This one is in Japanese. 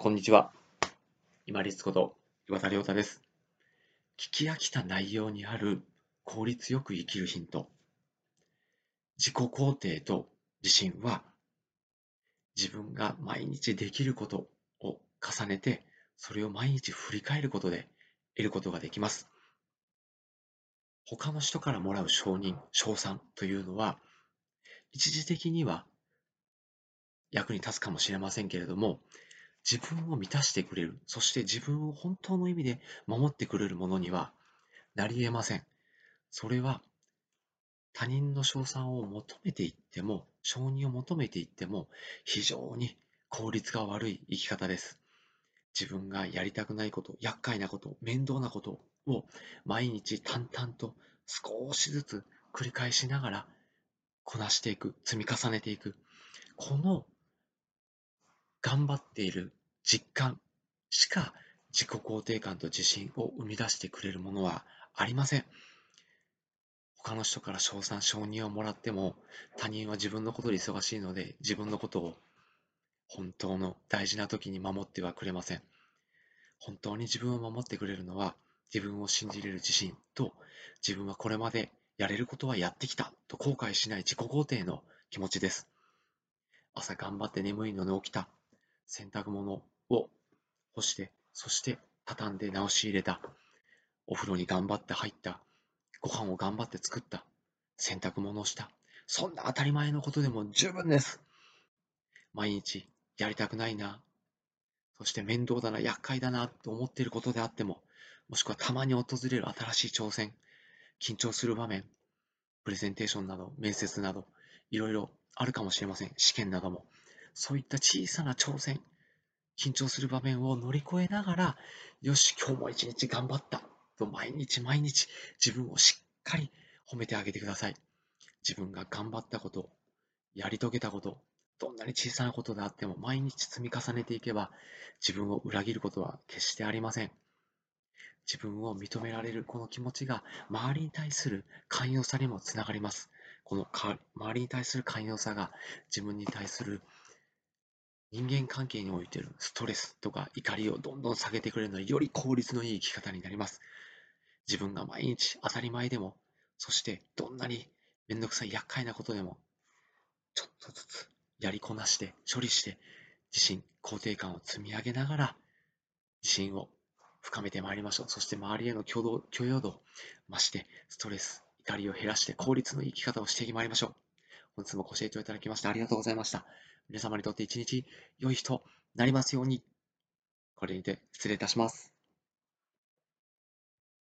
こんにちは。今立こと岩田亮太です。聞き飽きた内容にある効率よく生きるヒント。自己肯定と自信は自分が毎日できることを重ねて、それを毎日振り返ることで得ることができます。他の人からもらう承認、称賛というのは、一時的には役に立つかもしれませんけれども、自分を満たしてくれる、そして自分を本当の意味で守ってくれるものにはなり得ません。それは他人の称賛を求めていっても、承認を求めていっても、非常に効率が悪い生き方です。自分がやりたくないこと、厄介なこと、面倒なことを毎日淡々と少しずつ繰り返しながらこなしていく、積み重ねていく。この頑張っている実感しか自己肯定感と自信を生み出してくれるものはありません。他の人から称賛、承認をもらっても、他人は自分のことで忙しいので、自分のことを本当の大事な時に守ってはくれません。本当に自分を守ってくれるのは、自分を信じれる自信と、自分はこれまでやれることはやってきたと後悔しない自己肯定の気持ちです。朝頑張って眠いのに起きた。洗濯物を干して、そして畳んで直し入れた。お風呂に頑張って入った。ご飯を頑張って作った。洗濯物をした。そんな当たり前のことでも十分です。毎日やりたくないな、そして面倒だな、厄介だなと思っていることであっても、もしくはたまに訪れる新しい挑戦、緊張する場面、プレゼンテーションなど、面接など、いろいろあるかもしれません。試験なども。そういった小さな挑戦、緊張する場面を乗り越えながら、よし、今日も一日頑張ったと毎日毎日自分をしっかり褒めてあげてください。自分が頑張ったこと、やり遂げたこと、どんなに小さなことであっても毎日積み重ねていけば、自分を裏切ることは決してありません。自分を認められるこの気持ちが周りに対する寛容さにもつながります。この周りに対する寛容さが自分に対する人間関係においてのストレスとか怒りをどんどん下げてくれるので、より効率のいい生き方になります。自分が毎日当たり前でも、そしてどんなにめんどくさい厄介なことでも、ちょっとずつやりこなして処理して、自信、肯定感を積み上げながら自信を深めてまいりましょう。そして周りへの許容度を増して、ストレス、怒りを減らして効率のいい生き方をしてまいりましょう。本日もご清聴いただきましてありがとうございました。皆様にとって一日良い日となりますように。これにて失礼いたします。